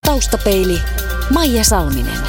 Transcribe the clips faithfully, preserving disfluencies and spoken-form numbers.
Taustapeili, Maija Salminen.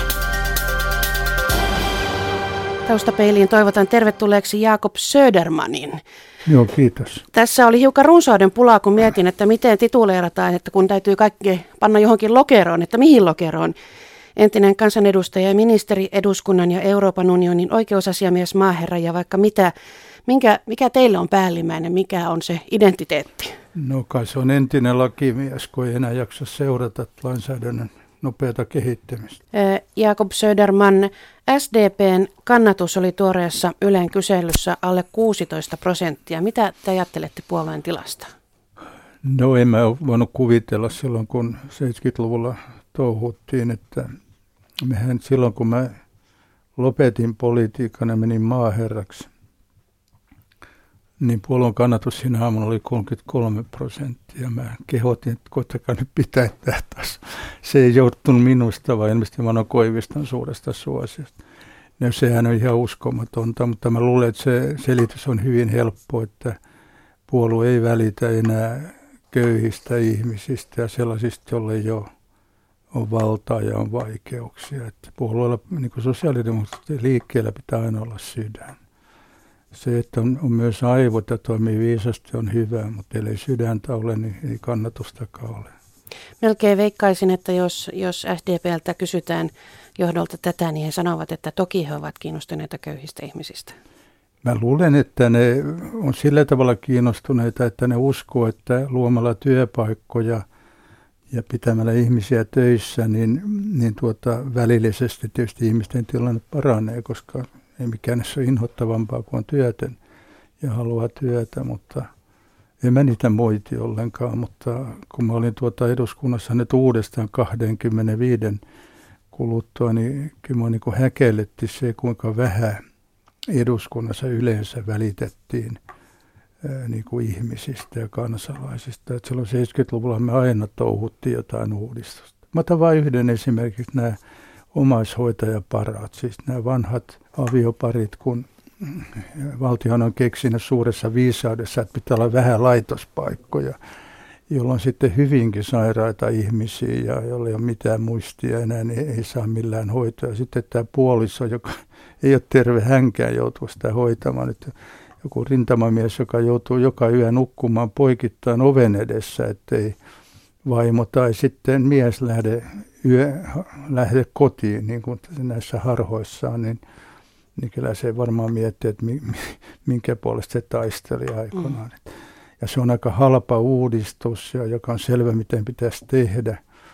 Taustapeiliin toivotan tervetulleeksi Jakob Södermanin. Joo, kiitos. Tässä oli hiukan runsauden pulaa, kun mietin, että miten tituleerataan, että kun täytyy kaikki panna johonkin lokeroon, että mihin lokeroon. Entinen kansanedustaja ja ministeri, eduskunnan ja Euroopan unionin oikeusasiamies, maaherra ja vaikka mitä. Minkä, mikä teille on päällimmäinen, mikä on se identiteetti? No kai se on entinen lakimies, kun ei enää jaksa seurata lainsäädännön nopeata kehittämistä. Jakob Söderman, S D P:n kannatus oli tuoreessa Ylen kyselyssä alle kuusitoista prosenttia. Mitä te ajattelette puolueen tilasta? No en mä ole voinut kuvitella silloin, kun seitsemänkymmentäluvulla touhuttiin, että mehän silloin, kun mä lopetin politiikan ja menin maaherraksi, niin puolueen kannatus siinä aamulla oli kolmekymmentäkolme prosenttia. Mä kehotin, että koittakaa nyt pitää tämä taas. Se ei joutunut minusta, vaan ilmeisesti Mano Koiviston suuresta suosiosta. No, sehän on ihan uskomatonta, mutta mä luulen, että se selitys on hyvin helppo, että puolue ei välitä enää köyhistä ihmisistä ja sellaisista, joille ei ole on valtaa ja on vaikeuksia. Että puolueella, niin kuin sosiaalidemokraattien liikkeellä, pitää aina olla sydän. Se, että on, on myös aivot ja toimii viisasti, on hyvä, mutta ellei sydäntä ole, niin ei kannatustakaan ole. Melkein veikkaisin, että jos, jos S D P:ltä kysytään johdolta tätä, niin he sanovat, että toki he ovat kiinnostuneita köyhistä ihmisistä. Mä luulen, että ne on sillä tavalla kiinnostuneita, että ne uskoo, että luomalla työpaikkoja ja pitämällä ihmisiä töissä, niin, niin tuota, välillisesti tietysti ihmisten tilanne paranee, koska ei mikään ole inhottavampaa kuin on työtön ja haluaa työtä, mutta en mä niitä moiti ollenkaan. Mutta kun mä olin tuota eduskunnassa nyt uudestaan kaksikymmentäviisi kuluttua, niin kyllä mä niin kuin häkelletti se, kuinka vähän eduskunnassa yleensä välitettiin ää, niin kuin ihmisistä ja kansalaisista. Et silloin seitsemänkymmentäluvulla me aina touhuttiin jotain uudistusta. Mä otan vain yhden esimerkiksi nämä omaishoitajaparat, siis nämä vanhat avioparit, kun valtiohan on keksinyt suuressa viisaudessa, että pitää olla vähän laitospaikkoja, jolloin sitten hyvinkin sairaita ihmisiä ja joilla ei ole mitään muistia enää, niin ei saa millään hoitoa. Sitten tämä puoliso, joka ei ole terve hänkään, joutuu sitä hoitamaan. Nyt joku rintamamies, joka joutuu joka yö nukkumaan poikittain oven edessä, ettei vaimo tai sitten mies lähde, yö, lähde kotiin, niin kuin näissä harhoissaan, niin, niin kyllä se varmaan miettii, että minkä puolesta se taisteli aikoinaan. Mm. Ja se on aika halpa uudistus, ja joka on selvä, miten pitäisi tehdä,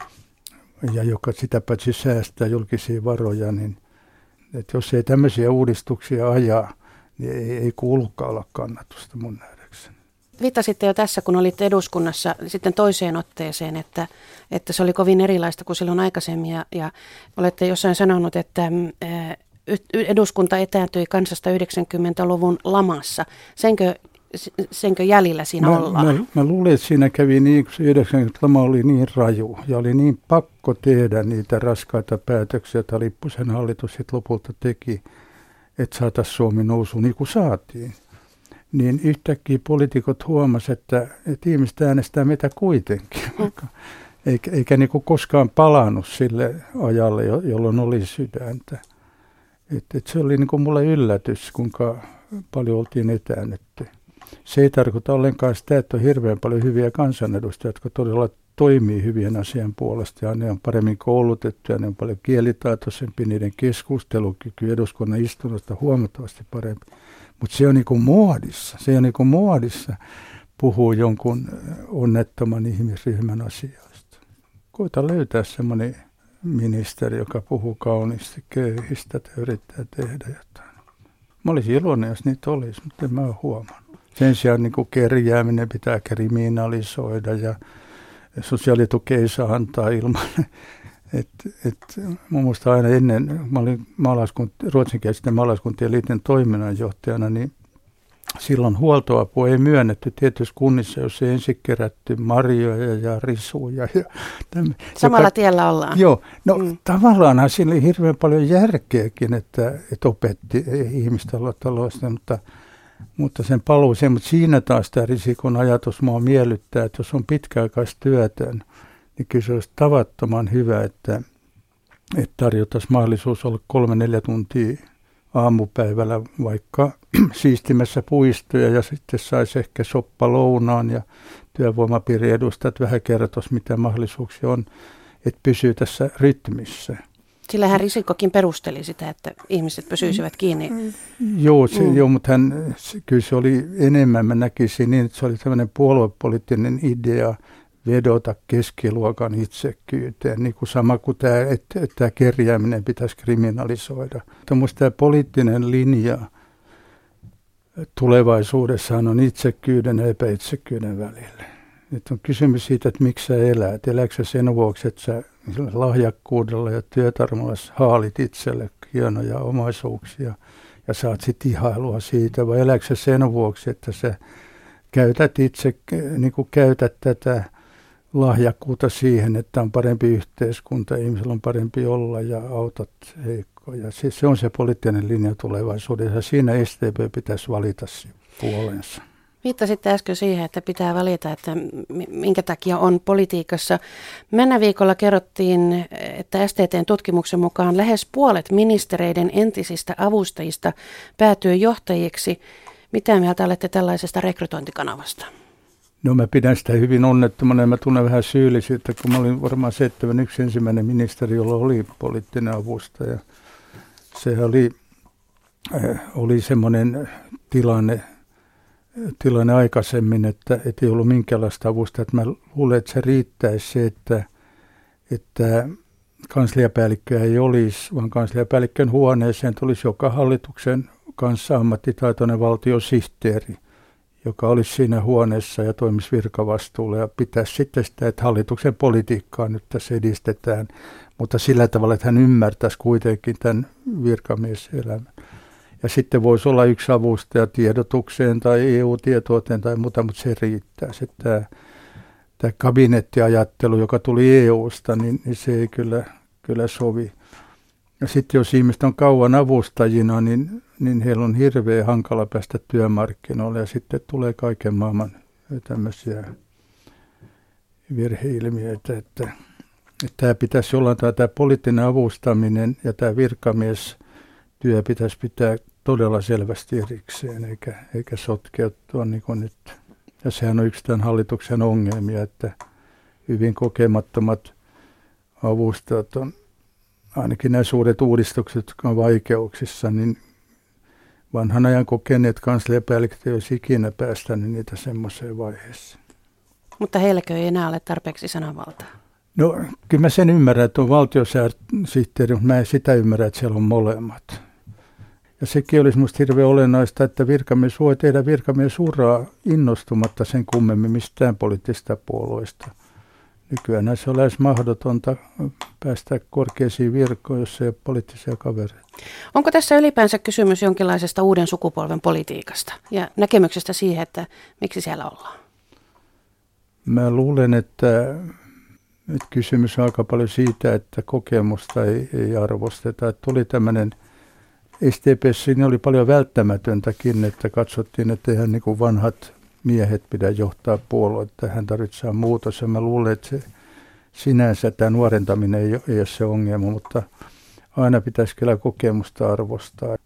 ja joka sitä paitsi säästää julkisia varoja, niin että jos ei tämmöisiä uudistuksia ajaa, niin ei, ei kuulukaan olla kannatusta mun nähdäkseni. Viittasitte jo tässä, kun olitte eduskunnassa sitten toiseen otteeseen, että, että se oli kovin erilaista kuin silloin aikaisemmin. Ja, ja olette jossain sanonut, että ää, eduskunta etääntyi kansasta yhdeksänkymmentäluvun lamassa. Senkö, senkö jäljellä siinä mä, ollaan? Mä, mä luulen, että siinä kävi niin, kun se yhdeksänkymmentäluvun lama oli niin raju ja oli niin pakko tehdä niitä raskaita päätöksiä, joita Lipposen hallitus sitten lopulta teki, että saataisiin Suomi nousuun niin kuin saatiin. Niin yhtäkkiä poliitikot huomasivat, että, että ihmiset äänestää meitä kuitenkin, mm. eikä, eikä niin kuin koskaan palannut sille ajalle, jolloin oli sydäntä. Et, et se oli niin kuin mulle yllätys, kuinka paljon oltiin etäännytty. Se ei tarkoita ollenkaan sitä, että on hirveän paljon hyviä kansanedustajia, jotka todella toimii hyvien asian puolesta, ja ne on paremmin koulutettuja, ne on paljon kielitaitoisempi, niiden keskustelukyky eduskunnan istunnosta huomattavasti parempi. Mutta se on niin kuin muodissa, se on niin kuin muodissa puhuu jonkun onnettoman ihmisryhmän asioista. Koita löytää semmoinen ministeri, joka puhuu kauniisti köyhistä ja yrittää tehdä jotain. Mä olisin iloinen, jos niitä olisi, mutta en mä ole huomannut. Sen sijaan niin kuin kerjääminen pitää kriminalisoida ja sosiaalitukea ei saa antaa ilman. Et, et, mun muista aina ennen, mä olin ruotsinkielisten maalaiskuntien liiton toiminnanjohtajana, niin silloin huoltoapua ei myönnetty tietyissä kunnissa, jos ei ensin kerätty marjoja ja risuja. Ja tämän, Samalla joka, tiellä ollaan. Joo, no mm. tavallaanhan siinä oli hirveän paljon järkeäkin, että, että opetti ihmistä taloista, mutta, mutta sen paluuseen, mutta siinä taas tämä Risikon ajatus mua miellyttää, että jos on pitkäaikaistyötön, niin kyllä se olisi tavattoman hyvä, että, että tarjottaisiin mahdollisuus olla kolme neljä tuntia aamupäivällä vaikka siistimässä puistoja ja sitten saisi ehkä soppa lounaan ja työvoimapiirin edustajat vähän kertoisi, mitä mahdollisuuksia on, että pysyy tässä rytmissä. Sillähän Risikkokin perusteli sitä, että ihmiset pysyisivät kiinni. Joo, se, mm. joo mutta hän, se, kyllä se oli enemmän, mä näkisin niin, että se oli tämmöinen puoluepoliittinen idea vedota keskiluokan itsekkyyteen, niin kuin sama kuin tämä, että, että tämä kerjääminen pitäisi kriminalisoida. Mutta minusta tämä poliittinen linja tulevaisuudessaan on itsekkyyden ja epäitsekkyyden välillä. Nyt on kysymys siitä, että miksi sä elät. Elääkö sä sen vuoksi, että sä lahjakkuudella ja työtarmolla haalit itselle hienoja omaisuuksia ja saat sitten ihailua siitä, vai elääkö sä sen vuoksi, että sä käytät itse, niin kuin käytät tätä lahjakkuutta siihen, että on parempi yhteiskunta, ihmisillä on parempi olla ja autot heikkoja. Se, se on se poliittinen linja tulevaisuudessa. Siinä S D P pitäisi valita puolensa. Viittasitte äsken siihen, että pitää valita, että minkä takia on politiikassa. Mennä viikolla kerrottiin, että S T T:n tutkimuksen mukaan lähes puolet ministereiden entisistä avustajista päätyy johtajiksi. Mitä mieltä olette tällaisesta rekrytointikanavasta? No mä pidän sitä hyvin onnettomana ja mä tunnen vähän syyllisyyttä, kun mä olin varmaan seitsemänkymmentäyksi ensimmäinen ministeri, jolla oli poliittinen avustaja. Se oli, äh, oli semmoinen tilanne, tilanne aikaisemmin, että, että ei ollut minkäänlaista avustajaa. Mä luulen, että se riittäisi se, että, että kansliapäällikköä ei olisi, vaan kansliapäällikkön huoneeseen tulisi joka hallituksen kanssa ammattitaitoinen valtiosihteeri, joka olisi siinä huoneessa ja toimisi virkavastuulla ja pitäisi sitten sitä, että hallituksen politiikkaa nyt tässä edistetään, mutta sillä tavalla, että hän ymmärtäisi kuitenkin tämän virkamieselämän. Ja sitten voisi olla yksi avustaja tiedotukseen tai E U-tietouteen tai muuta, mutta se riittää. Sitten tämä, tämä kabinettiajattelu, joka tuli E U:sta, niin, niin se ei kyllä, kyllä sovi. Ja sitten jos ihmiset on kauan avustajina, niin, niin heillä on hirveän hankala päästä työmarkkinoille ja sitten tulee kaiken maailman tämmöisiä virheilmiöitä, että, että tämä pitäisi jollain tavalla, tämä poliittinen avustaminen ja tämä virkamiestyö pitäisi pitää todella selvästi erikseen, eikä, eikä sotkeutua niin kuin nyt. Ja sehän on yksi tämän hallituksen ongelmia, että hyvin kokemattomat avustajat on, ainakin nämä suuret uudistukset, jotka on vaikeuksissa, niin vanhan ajan kokeneet kansliapäälliköt ei olisi ikinä päästänyt niitä semmoiseen vaiheeseen. Mutta heilläkö ei enää ole tarpeeksi sananvaltaa? No kyllä mä sen ymmärrän, että on valtiosihteeri, mutta mä en sitä ymmärrä, että siellä on molemmat. Ja sekin olisi minusta hirveän olennaista, että virkamies voi tehdä virkamiesuraa innostumatta sen kummemmin mistään poliittisista puolueista. Nykyään se on lähes mahdotonta päästä korkeisiin virkoihin, jos ei ole poliittisia kavereita. Onko tässä ylipäänsä kysymys jonkinlaisesta uuden sukupolven politiikasta ja näkemyksestä siihen, että miksi siellä ollaan? Mä luulen, että, että kysymys on aika paljon siitä, että kokemusta ei, ei arvosteta. Että tuli tämmöinen S D P:ssä niin oli paljon välttämätöntäkin, että katsottiin, että eihän niin kuin vanhat miehet pidä johtaa puoluetta, hän tarvitsee muutos. Ja mä luulen, että se, sinänsä tämä nuorentaminen ei, ei ole se ongelma, mutta aina pitäisi kyllä kokemusta arvostaa.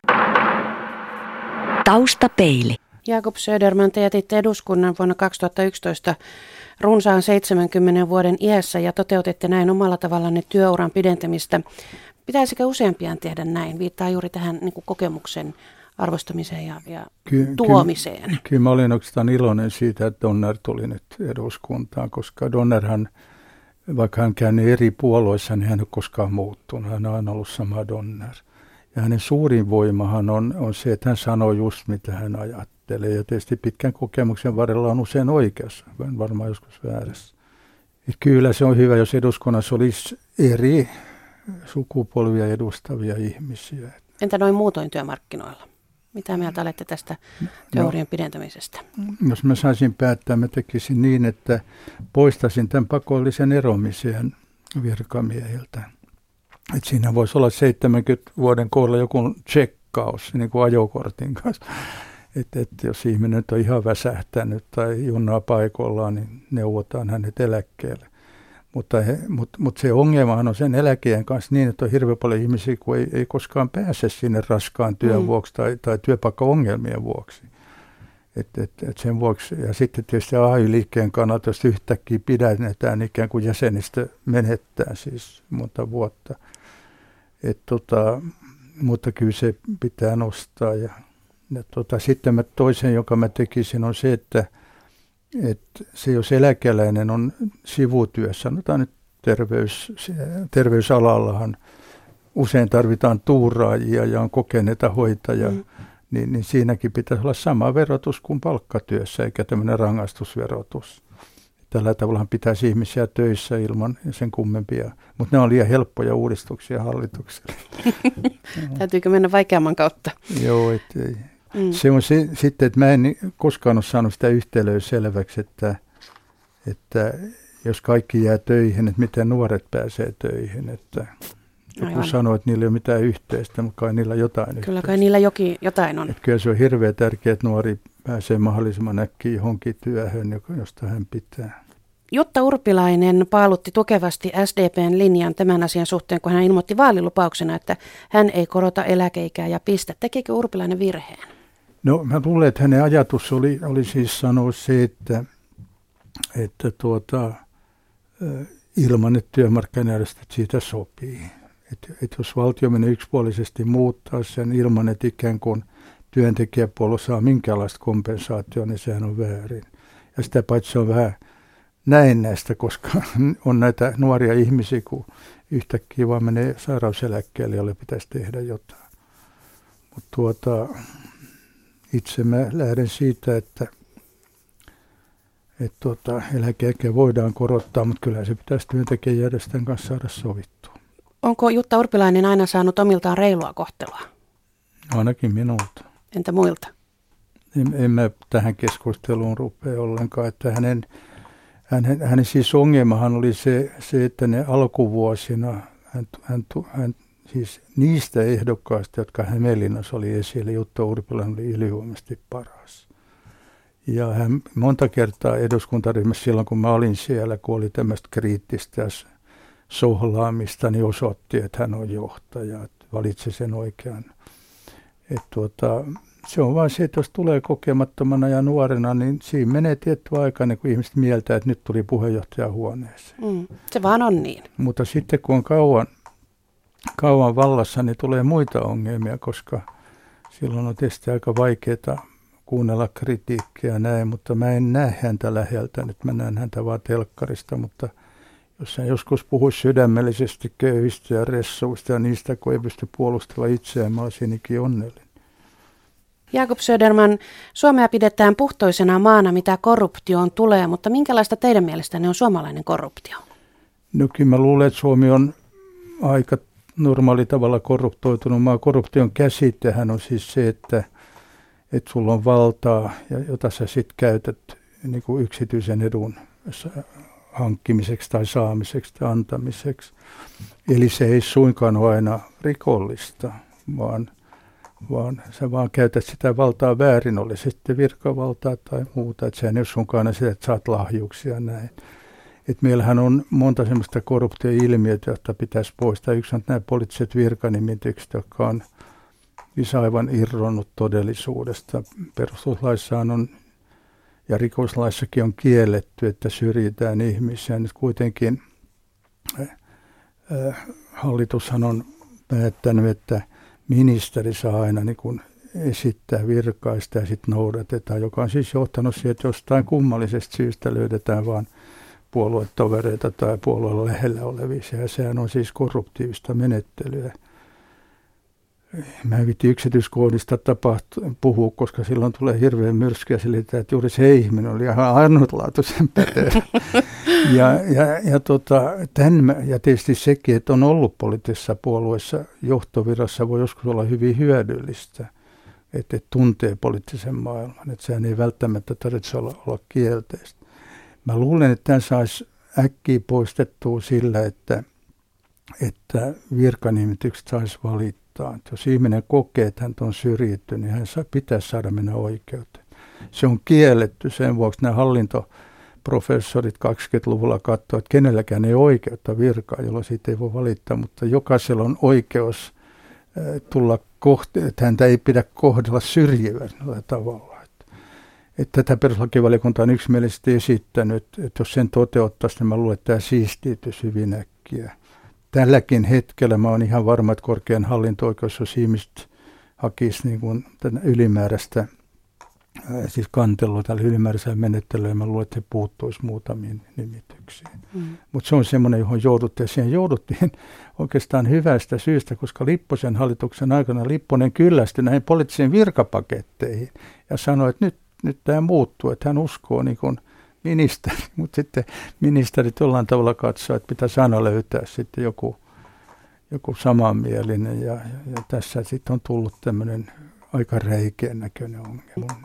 Taustapeili. Jakob Söderman, te jätitte eduskunnan vuonna kaksituhattayksitoista runsaan seitsemänkymmenen vuoden iässä ja toteutitte näin omalla tavallanne työuran pidentämistä. Pitäisikö useampien tehdä näin? Viittaa juuri tähän niin kuin kokemuksen arvostamiseen ja, ja ky- tuomiseen. Ky- kyllä mä olin oikeastaan iloinen siitä, että Donner tuli nyt eduskuntaan, koska Donnerhan, vaikka hän käynyt eri puolueissa, niin hän ei ole koskaan muuttunut. Hän on aina ollut sama Donner. Ja hänen suurin voimahan on, on se, että hän sanoo just mitä hän ajattelee. Ja tietysti pitkän kokemuksen varrella on usein oikeassa, varmaan joskus väärässä. Et kyllä se on hyvä, jos eduskunnassa olisi eri sukupolvia edustavia ihmisiä. Entä noin muutoin työmarkkinoilla? Mitä mieltä olette tästä työurien no, pidentämisestä? Jos mä saisin päättää, mä tekisin niin, että poistaisin tämän pakollisen eromisen virkamiehiltä. Et siinä voisi olla seitsemänkymmenen vuoden kohdalla joku tsekkaus, niin kuin ajokortin kanssa. Että et jos ihminen on ihan väsähtänyt tai junnaa paikallaan, niin neuvotaan hänet eläkkeelle. Mutta, he, mutta, mutta se ongelmahan on sen eläkeen kanssa niin, että on hirveän paljon ihmisiä, kun ei, ei koskaan pääse sinne raskaan työn mm. vuoksi tai, tai työpaikkaongelmien vuoksi. Et, et, et sen vuoksi. Ja sitten tietysti A Y-liikkeen kannalta, jos yhtäkkiä pidätetään, ikään kuin jäsenistö menettää siis monta vuotta. Et, tota, mutta kyllä se pitää nostaa. Ja, ja tota, sitten mä toisen, jonka mä tekisin, on se, että että se, jos eläkeläinen on sivutyössä, sanotaan nyt terveys, terveysalallahan usein tarvitaan tuuraajia ja on kokeneita hoitajia, mm. niin, niin siinäkin pitäisi olla sama verotus kuin palkkatyössä, eikä tämmöinen rangaistusverotus. Tällä tavalla pitäisi ihmisiä töissä ilman sen kummempia, mutta ne on liian helppoja uudistuksia hallitukselle. Täytyykö mennä vaikeamman kautta? Joo, ettei. Mm. Se on se, sitten, että mä en koskaan ole saanut sitä yhtälöä selväksi, että, että jos kaikki jää töihin, että miten nuoret pääsee töihin. Että joku sanoo, että niillä ei ole mitään yhteistä, mutta kai niillä jotain Kyllä yhteistä. kai niillä jokin, jotain on. Että kyllä se on hirveän tärkeää, että nuori pääsee mahdollisimman äkkiä johonkin työhön, josta hän pitää. Jutta Urpilainen paalutti tukevasti S D P:n linjan tämän asian suhteen, kun hän ilmoitti vaalilupauksena, että hän ei korota eläkeikää ja pistä. Tekikö Urpilainen virheen? No mä luulen, että hänen ajatus oli, oli siis sanoa se, että, että tuota, ilman, että työmarkkinajärjestöt siitä sopii. Että, että jos valtio menee yksipuolisesti muuttaa sen ilman, että ikään kuin työntekijäpuolue saa minkäänlaista kompensaatiota, niin sehän on väärin. Ja sitä paitsi se on vähän näennäistä, koska on näitä nuoria ihmisiä, kun yhtäkkiä vaan menee sairauseläkkeelle, jolle pitäisi tehdä jotain. Mutta tuota, itse mä lähden siitä, että, että tuota, eläkeikää voidaan korottaa, mutta kyllä se pitäisi työntekijäjärjestön kanssa saada sovittua. Onko Jutta Urpilainen aina saanut omiltaan reilua kohtelua? Ainakin minulta. Entä muilta? En, en mä tähän keskusteluun rupea ollenkaan, että hänen Hänen, hänen siis ongelmahan oli se, se, että ne alkuvuosina, hän, hän, hän, siis niistä ehdokkaista, jotka Hämeenlinnassa oli esillä, Jutta Urpilainen oli ylivoimaisesti paras. Ja hän monta kertaa eduskuntaryhmässä silloin, kun mä olin siellä, kun oli tämmöistä kriittistä sohlaamista, niin osoitti, että hän on johtaja, että valitsi sen oikean. Että tuota, se on vaan se, että jos tulee kokemattomana ja nuorena, niin siinä menee tietty aika, niin kun ihmiset mieltää, että nyt tuli puheenjohtajan huoneeseen. Mm, se vaan on niin. Mutta sitten kun on kauan, kauan vallassa, niin tulee muita ongelmia, koska silloin on tietysti aika vaikeaa kuunnella kritiikkiä näin, mutta mä en näe häntä läheltä. Nyt mä näen häntä vaan telkkarista, mutta jos hän joskus puhuisi sydämellisesti köyhistä ja ressuista ja niistä, kun ei pysty puolustamaan itseään, mä olisinkin onnellinen. Jakob Söderman, Suomea pidetään puhtoisena maana, mitä korruptioon tulee, mutta minkälaista teidän mielestänne on suomalainen korruptio? No kyllä mä luulen, että Suomi on aika normaali tavalla korruptoitunut maa. Korruption käsitehän on siis se, että, että sulla on valtaa, ja jota sä sitten käytät niin kuin yksityisen edun hankkimiseksi tai saamiseksi tai antamiseksi. Eli se ei suinkaan ole aina rikollista, vaan vaan sä vaan käytät sitä valtaa väärin, oli se sitten virkavaltaa tai muuta, että sehän ei ole sunkaan sitä, että saat lahjuksia näin. Et meillähän on monta semmoista korruptioilmiötä, joita pitäisi poistaa. Yksi on nämä poliittiset virkanimitykset, jotka on aivan irronnut todellisuudesta. Perustuslaissahan on, ja rikoslaissakin on kielletty, että syrjitään ihmisiä. Nyt kuitenkin äh, hallitushan on päättänyt, että ministeri saa aina niin kuin esittää virkaista ja sitten noudatetaan, joka on siis johtanut siihen, että jostain kummallisesta syystä löydetään vain puoluetovereita tai puolueella lähellä olevia. Ja sehän on siis korruptiivista menettelyä. Mä en viitti yksityiskohdista tapahtu, puhua, koska silloin tulee hirveän myrskyä selittää, että juuri se ihminen oli ihan ainutlaatuisen pätevä. Ja, ja, ja, tota, tämän, ja tietysti sekin, että on ollut poliittisessa puolueessa johtovirassa, voi joskus olla hyvin hyödyllistä, että et tuntee poliittisen maailman. Että sehän ei välttämättä tarvitse olla, olla kielteistä. Mä luulen, että tämän saisi äkkiä poistettua sillä, että, että virkanimitykset saisi valittaa. Että jos ihminen kokee, että hän on syrjitty, niin hän saa, pitäisi saada mennä oikeuteen. Se on kielletty sen vuoksi, nämä hallinto professorit kaksikymmentäluvulla katsoivat, että kenelläkään ei ole oikeutta virkaa, jolloin siitä ei voi valittaa, mutta jokaisella on oikeus tulla kohti, että häntä ei pidä kohdella syrjivällä tavalla. Että, että tätä perustuslakivaliokunta on yksimielisesti esittänyt, että jos sen toteuttaisi, niin mä luulen, että tämä siistiytyisi hyvin äkkiä. Tälläkin hetkellä mä olen ihan varma, että korkean hallinto-oikeus, jos ihmiset hakisi niin kuin ylimääräistä, siis kantelua tällä ylimääräisellä menettelyllä, mä luulen, että se puuttuisi muutamiin nimityksiin. Mm. Mutta se on semmoinen, johon jouduttiin. Siihen jouduttiin oikeastaan hyvästä syystä, koska Lipposen hallituksen aikana Lipponen kyllästyi näihin poliittisiin virkapaketteihin ja sanoi, että nyt, nyt tämä muuttuu, että hän uskoo niin kuin ministeri. Mutta sitten ministerit jollain tavalla katsoo, että pitäisi aina löytää sitten joku, joku samanmielinen ja, ja, ja tässä sitten on tullut tämmöinen aika räikeän näköinen ongelma.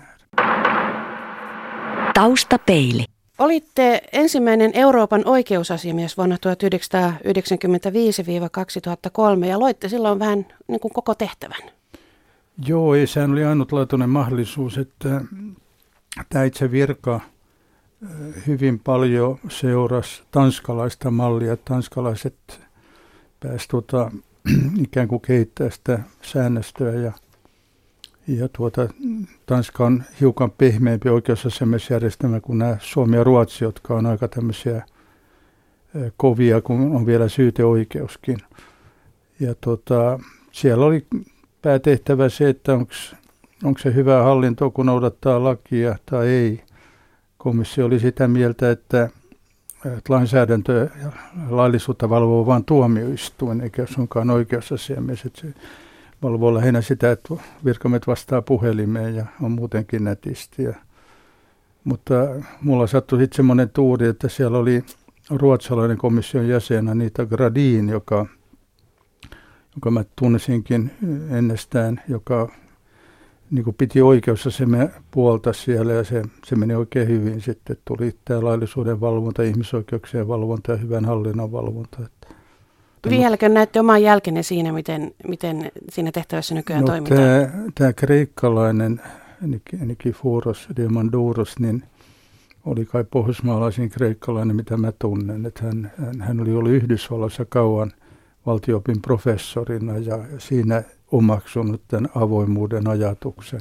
Taustapeili. Olitte ensimmäinen Euroopan oikeusasiamies vuonna tuhatyhdeksänsataayhdeksänkymmentäviisi kaksituhattakolme ja loitte silloin vähän niin kuin koko tehtävän. Joo, ei, sehän oli ainutlaatuinen mahdollisuus, että tämä itse virka hyvin paljon seurasi tanskalaista mallia. Tanskalaiset pääsivät tuota, ikään kuin kehittämään sitä säännöstöä ja Ja tuota, Tanska on hiukan pehmeämpi oikeusasiamiesjärjestelmä kuin nämä Suomi ja Ruotsi, jotka on aika tämmöisiä kovia, kun on vielä syyteoikeuskin. Ja tuota, siellä oli päätehtävä se, että onko se hyvää hallintoa, kun noudattaa lakia tai ei. Komissio oli sitä mieltä, että, että lainsäädäntö ja laillisuutta valvoo vain tuomioistuin, eikä suinkaan oikeusasiamies. Valvoo lähinnä sitä, että virkamiehet vastaa puhelimeen ja on muutenkin nätisti. Ja, mutta mulla sattui sitten semmoinen tuuri, että siellä oli ruotsalainen komission jäsen Anita Gradin, joka, joka mä tunnisinkin ennestään, joka niin kuin piti oikeusasiamiehen puolta siellä ja se, se meni oikein hyvin. Sitten tuli tämä laillisuuden valvonta, ihmisoikeuksien valvonta ja hyvän hallinnon valvonta. Vieläkö näette oman jälkenne siinä, miten, miten siinä tehtävässä nykyään no, toimitaan? Tämä, tämä kreikkalainen Nikiforos Diamandouros, niin oli kai pohjoismaalaisin kreikkalainen, mitä mä tunnen. Että hän, hän oli ollut Yhdysvalloissa kauan valtio-opin professorina ja siinä omaksunut tämän avoimuuden ajatuksen.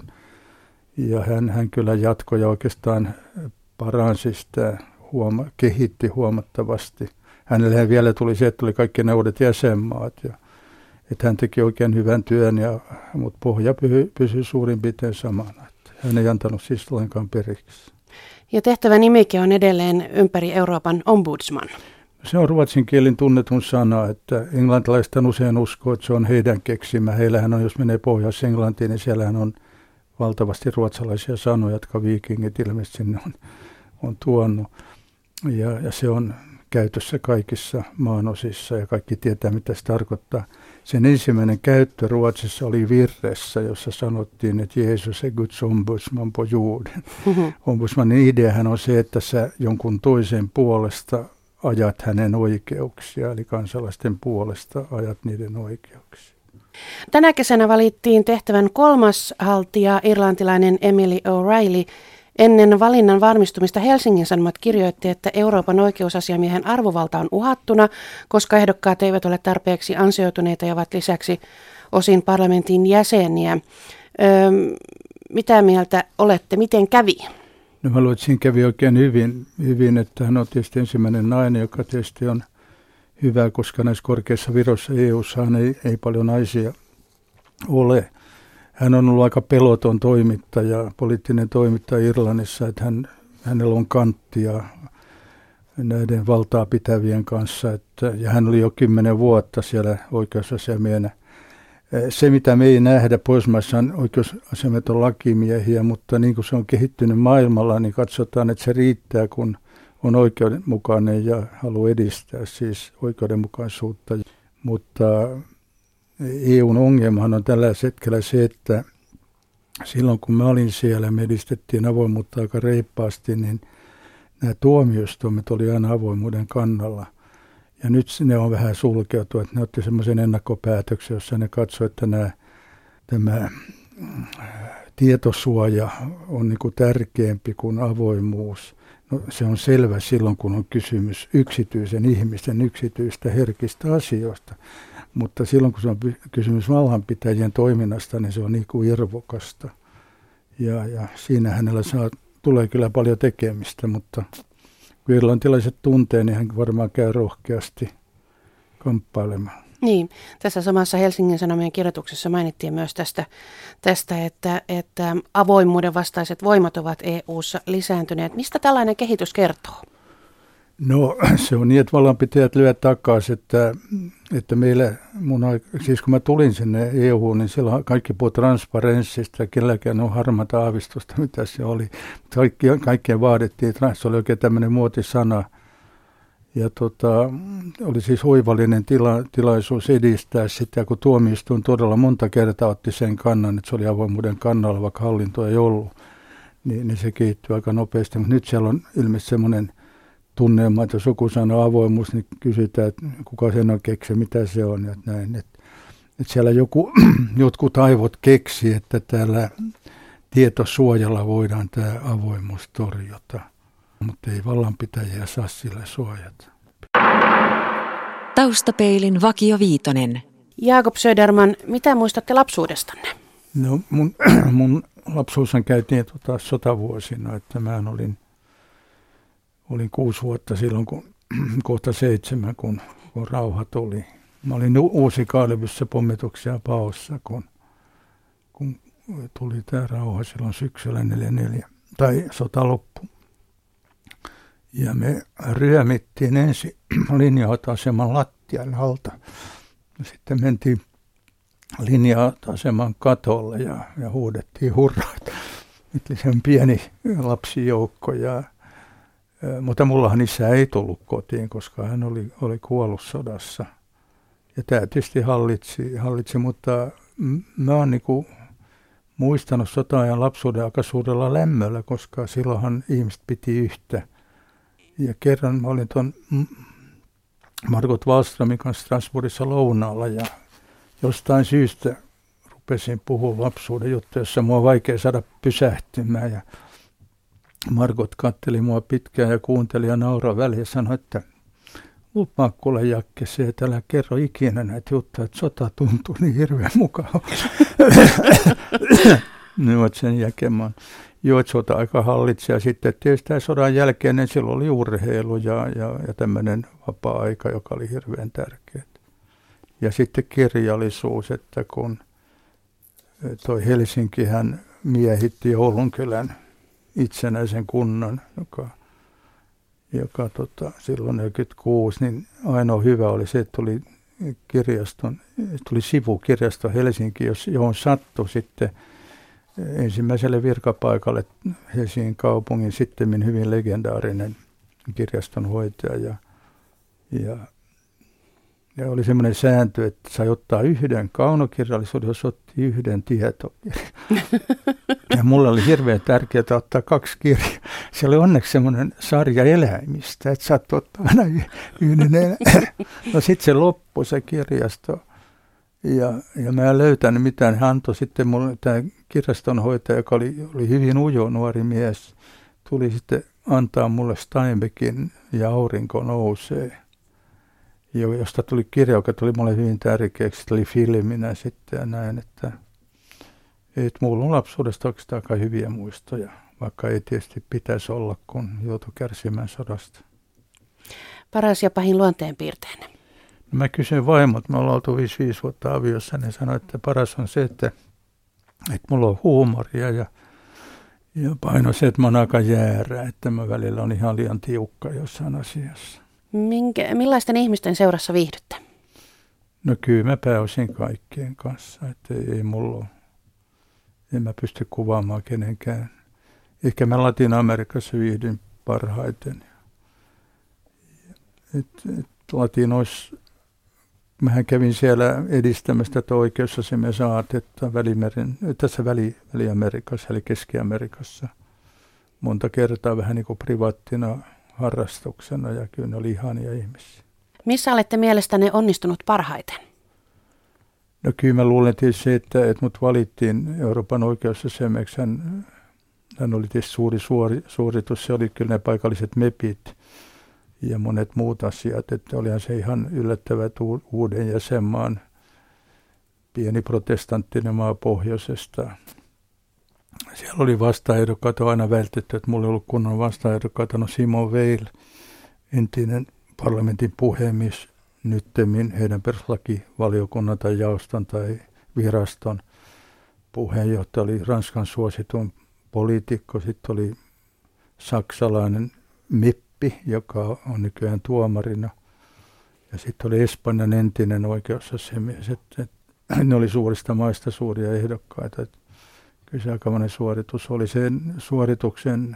Ja hän, hän kyllä jatkoi ja oikeastaan paransi sitä, huoma, kehitti huomattavasti. Hänelle vielä tuli se, että oli kaikki ne uudet jäsenmaat, ja, että hän teki oikein hyvän työn, ja, mutta pohja pysyi, pysyi suurin piirtein samana. Että hän ei antanut siis lainkaan periksi. Ja tehtävä nimikin on edelleen ympäri Euroopan ombudsman. Se on ruotsin kielin tunnetun sana, että englantilaiset usein uskoo, että se on heidän keksimä. Heillähän on, jos menee Pohjois-Englantiin, niin siellähän on valtavasti ruotsalaisia sanoja, jotka viikingit ilmeisesti sinne on, on tuonut. Ja, ja se on käytössä kaikissa maanosissa ja kaikki tietää, mitä se tarkoittaa. Sen ensimmäinen käyttö Ruotsissa oli virressä, jossa sanottiin, että Jeesus är Guds ombudsman på jorden. Mm-hmm. Ombudsmanin ideahan on se, että sä jonkun toisen puolesta ajat hänen oikeuksia, eli kansalaisten puolesta ajat niiden oikeuksia. Tänä kesänä valittiin tehtävän kolmas haltija, irlantilainen Emily O'Reilly. Ennen valinnan varmistumista Helsingin Sanomat kirjoitti, että Euroopan oikeusasiamiehen arvovalta on uhattuna, koska ehdokkaat eivät ole tarpeeksi ansioituneita ja ovat lisäksi osin parlamentin jäseniä. Öö, mitä mieltä olette? Miten kävi? No mä luulen, että siinä kävi oikein hyvin, hyvin, että hän on tietysti ensimmäinen nainen, joka tietysti on hyvä, koska näissä korkeissa viroissa E U:ssahan ei, ei paljon naisia ole. Hän on ollut aika peloton toimittaja, poliittinen toimittaja Irlannissa, että hän, hänellä on kanttia näiden valtaa pitävien kanssa. Että, ja hän oli jo kymmenen vuotta siellä oikeusasiamiehenä. Se, mitä me ei nähdä, Pohjoismaissa on oikeusasiamiehet on lakimiehiä, mutta niin kuin se on kehittynyt maailmalla, niin katsotaan, että se riittää, kun on oikeudenmukainen ja haluaa edistää siis oikeudenmukaisuutta. Mutta E U:n ongelmahan on tällä hetkellä se, että silloin kun mä olin siellä, me edistettiin avoimuutta aika reippaasti, niin nämä tuomioistuimet oli aina avoimuuden kannalla. Ja nyt ne on vähän sulkeutu, että ne otti semmoisen ennakkopäätöksen, jossa ne katsoi, että nämä, tämä tietosuoja on niin kuin tärkeämpi kuin avoimuus. No, se on selvä silloin, kun on kysymys yksityisen ihmisen yksityistä herkistä asioista. Mutta silloin, kun se on kysymys vallanpitäjien toiminnasta, niin se on niin kuin irvokasta. Ja, ja siinä hänellä saa, tulee kyllä paljon tekemistä, mutta kun irlantilaiset tuntee, niin hän varmaan käy rohkeasti kamppailemaan. Niin, tässä samassa Helsingin Sanomien kirjoituksessa mainittiin myös tästä, tästä että, että avoimuuden vastaiset voimat ovat E U:ssa lisääntyneet. Mistä tällainen kehitys kertoo? No se on niin, että vallanpitäjät lyö takaisin, että, että meillä, mun, siis kun mä tulin sinne E U:hun, niin silloin kaikki puhuu transparenssista ja kenelläkään on harmaata aavistusta, mitä se oli. Kaikki, kaikkien vaadittiin, se oli oikein tämmöinen muotisana. Ja tota, oli siis oivallinen tila, tilaisuus edistää sitä, ja kun tuomioistuin todella monta kertaa otti sen kannan, että se oli avoimuuden kannalla, vaikka hallinto ei ollut, niin, niin se kehittyi aika nopeasti. Mutta nyt siellä on ilmeisesti semmoinen tunnelma, että jos joku sanoo avoimuus, niin kysytään, että kuka sen on keksi, mitä se on. Ja näin. Et, et siellä joku, jotkut aivot keksi, että täällä tietosuojalla voidaan tämä avoimuus torjota. Mutta ei vallanpitäjiä saa sillä suojata. Taustapeilin Vakio Viitonen. Jakob Söderman, mitä muistatte lapsuudestanne? No mun, mun lapsuushan käytiin tota sotavuosina, että mä olin, olin kuusi vuotta silloin, kun kohta seitsemän, kun, kun rauha tuli. Mä olin Uusikaalvyssä pommituksia paossa, kun, kun tuli tämä rauha silloin syksyllä neljäkymmentäneljä, tai sota loppui. Ja me ryömittiin ensin linja-autoaseman lattian alta. Sitten mentiin linja-autoaseman katolle ja, ja huudettiin hurraa. Nyt oli sen pieni lapsijoukko. Ja, mutta mullahan isä ei tullut kotiin, koska hän oli, oli kuollut sodassa. Ja tämä tietysti hallitsi, hallitsi mutta mä oon niinku muistanut sota-ajan lapsuuden aika suurella lämmöllä, koska silloinhan ihmiset piti yhtä. Ja kerran mä olin tuon Margot Wallströmin kanssa Strasbourgissa lounaalla ja jostain syystä rupesin puhua lapsuuden juttuja, jossa mua on vaikea saada pysähtymään. Ja Margot katteli mua pitkään ja kuunteli ja nauroi väliin ja sanoi, että lupaa kuule Jakke se, että älä kerro ikinä näitä juttuja, että sota tuntuu niin hirveän mukava. Nyt olet sen jälkeen mä oon Joo, että sota aika hallitsi ja sitten tietysti tämän sodan jälkeen niin silloin oli urheilu ja, ja, ja tämmöinen vapaa-aika, joka oli hirveän tärkeää. Ja sitten kirjallisuus, että kun toi Helsinkihän miehitti Oulunkylän itsenäisen kunnan, joka, joka tota, silloin neljäkymmentäkuusi, niin ainoa hyvä oli se, että tuli kirjaston, tuli sivukirjasto Helsinki, johon sattui sitten ensimmäiselle virkapaikalle Helsingin kaupungin sittemmin hyvin legendaarinen kirjastonhoitaja. Ja, ja, ja oli semmoinen sääntö, että sai ottaa yhden kaunokirjallisuuden, jos otti yhden tietokirjan. Ja mulle oli hirveän tärkeää ottaa kaksi kirjaa. Se oli onneksi semmoinen sarja eläimistä, että saattoi ottaa aina yhden eläimen. No sitten se loppui se kirjasto. Ja, ja mä en löytänyt mitään. Hän antoi sitten mulle, tämä kirjastonhoitaja, joka oli, oli hyvin ujo nuori mies, tuli sitten antaa mulle Steinbeckin Ja aurinko nousee, josta tuli kirja, joka tuli mulle hyvin tärkeäksi. Se oli filminä sitten ja näin, että, että mulla on lapsuudesta oikeastaan aika hyviä muistoja, vaikka ei tietysti pitäisi olla, kun joutui kärsimään sodasta. Paras ja pahin luonteenpiirteenne? Mä kysyin vaimot, me ollaan oltu viisi, viisi vuotta aviossa, niin sanoin, että paras on se, että, että mulla on huumoria ja, ja paino se, että mä oon aika jäärä, että mä välillä on ihan liian tiukka jossain asiassa. Minkä, millaisten ihmisten seurassa viihdytte? No kyllä mä pääosin kaikkien kanssa, että ei, ei mulla ole, en mä pysty kuvaamaan kenenkään. Ehkä mä Latina-Amerikassa viihdyn parhaiten. Et, et Latinoissa Mähän kävin siellä edistämästä tätä oikeusasiamies aatetta Välimeren, tässä Väli, Väli-Amerikassa, eli Keski-Amerikassa. Monta kertaa vähän niin kuin privaattina harrastuksena, ja kyllä ne oli ihania ihmisiä. Missä olette mielestänne onnistunut parhaiten? No kyllä mä luulen tietysti se, että, että mut valittiin Euroopan oikeusasiamieksi hän oli tietysti suuri suori, suoritus, se oli kyllä ne paikalliset mepit ja monet muut asiat, että olihan se ihan yllättävä uuden jäsenmaan pieni protestanttinen maa pohjoisesta. Siellä oli vastaehdokkaat, on aina vältetty, että mulla ei ollut kunnon vastaehdokkaita. No Simon Veil, entinen parlamentin puhemies, nyttemmin heidän perustuslakivaliokunnan tai jaoston tai viraston puheenjohtaja oli Ranskan suosituin poliitikko. Sitten oli saksalainen meppi, joka on nykyään tuomarina. Ja sitten oli Espanjan entinen oikeusasiamies. Ne oli suurista maista suuria ehdokkaita. Kyllä se aikamoinen suoritus oli. Sen suorituksen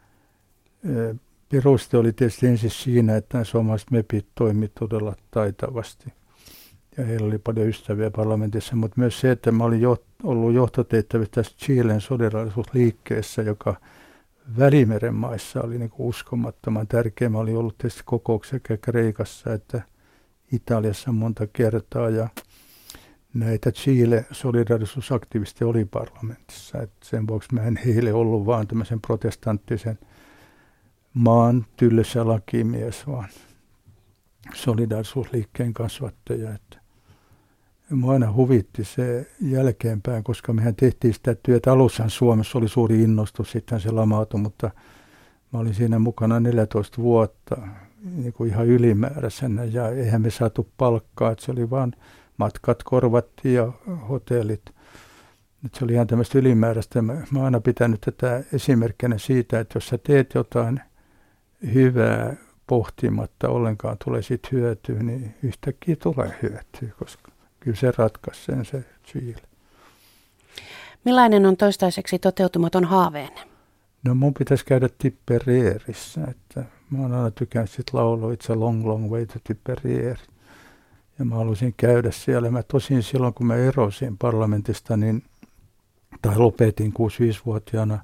peruste oli tietysti ensin siinä, että nämä suomalaiset mepit toimivat todella taitavasti. Ja heillä oli paljon ystäviä parlamentissa, mutta myös se, että mä olin jo, ollut johtotehtävissä tässä Chilen solidaarisuusliikkeessä, joka Välimeren maissa oli niin kuin uskomattoman tärkeä. Mä olin ollut tietysti kokouksessa sekä Kreikassa että Italiassa monta kertaa ja näitä Chile-solidaarisuusaktivisteja oli parlamentissa. Et sen vuoksi mä en heille ollut vaan tämmöisen protestanttisen maan tyllössä lakimies, vaan solidaarisuusliikkeen kasvattaja. Et mua aina huvitti se jälkeenpäin, koska mehän tehtiin sitä työtä. Alussahan Suomessa oli suuri innostus, sitten se lamautui, mutta mä olin siinä mukana neljätoista vuotta niin kuin ihan ylimääräisenä ja eihän me saatu palkkaa, että se oli vaan matkat korvattiin ja hotellit. Nyt se oli ihan tämmöistä ylimääräistä. Mä, mä oon aina pitänyt tätä esimerkkinä siitä, että jos sä teet jotain hyvää pohtimatta ollenkaan tulee siitä hyötyä, niin yhtäkkiä tulee hyötyä, koska kyllä se ratkaisi sen se Chile. Millainen on toistaiseksi toteutumaton haaveenne? No mun pitäisi käydä Tippererissä. Että mä oon aina tykännyt sit laulua It's a long, long way to Tipperary. Ja mä halusin käydä siellä. Mä tosin silloin, kun mä erosin parlamentista, niin, tai lopetin kuusikymmentäviisivuotiaana,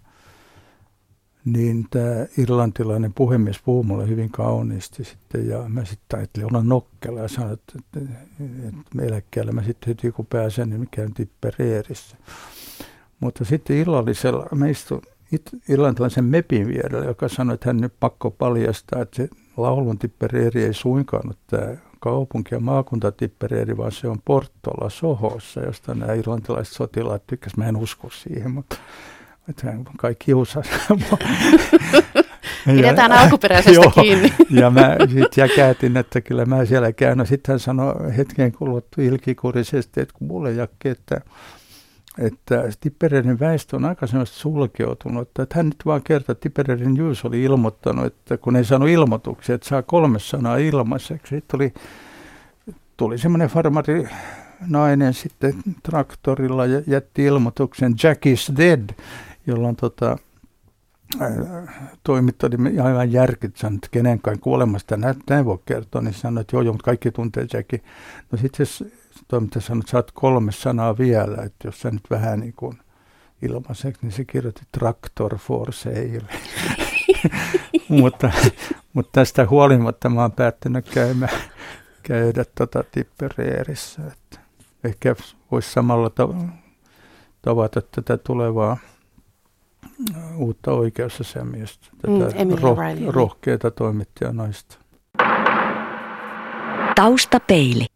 niin tämä irlantilainen puhemies puhui mulle hyvin kauniisti sitten. Ja mä sitten ajattelin olla nokkela ja sanoin, että, että, että eläkkeellä mä sitten heti kun pääsen, niin mä käyn Tippererissä. Mutta sitten illallisella mä istun irlantilaisen mepin vierellä, joka sanoi, että hän nyt pakko paljastaa, että se laulun Tippereri ei suinkaan ole tämä kaupunki- ja maakunta Tippereri, vaan se on Portola Sohossa, josta nämä irlantilaiset sotilaat tykkäsivät. Mä en usko siihen, mutta että kaikki kiusasi. Pidetään alkuperäisestä joo, kiinni. Ja mä sitten jäkätin, että kyllä mä siellä käyn. No sitten hän sanoi hetken kuluttua ilkikurisesti, että kun mulle jakki, että että Tippererin väestö on aika semmoista sulkeutunut, että hän nyt vaan kertoo, että Tippererin Juus oli ilmoittanut, että kun ei saanut ilmoituksia, että saa kolme sanaa ilmaiseksi. Sitten tuli, tuli semmoinen farmari nainen sitten traktorilla ja jätti ilmoituksen Jack is dead, jolloin tota, toimittaja aivan järkit sanoi, että kenenkään kuolemasta näin voi kertoa, niin sanoi, että joo, joo, mutta kaikki tuntee Jackin. No sitten se toimittaja sanoi, että saat kolme sanaa vielä, että jos sä nyt vähän niin kuin ilmaiseksi, niin se kirjoitti tractor for sale. mutta, mutta tästä huolimatta mä oon päättänyt käymään, käydä tota Tippererissä. Että ehkä voisi samalla tav- tavata tätä tulevaa uutta oikeusasiamiestä, tätä mm, roh- rohkeata toimittajanaista. Taustapeili.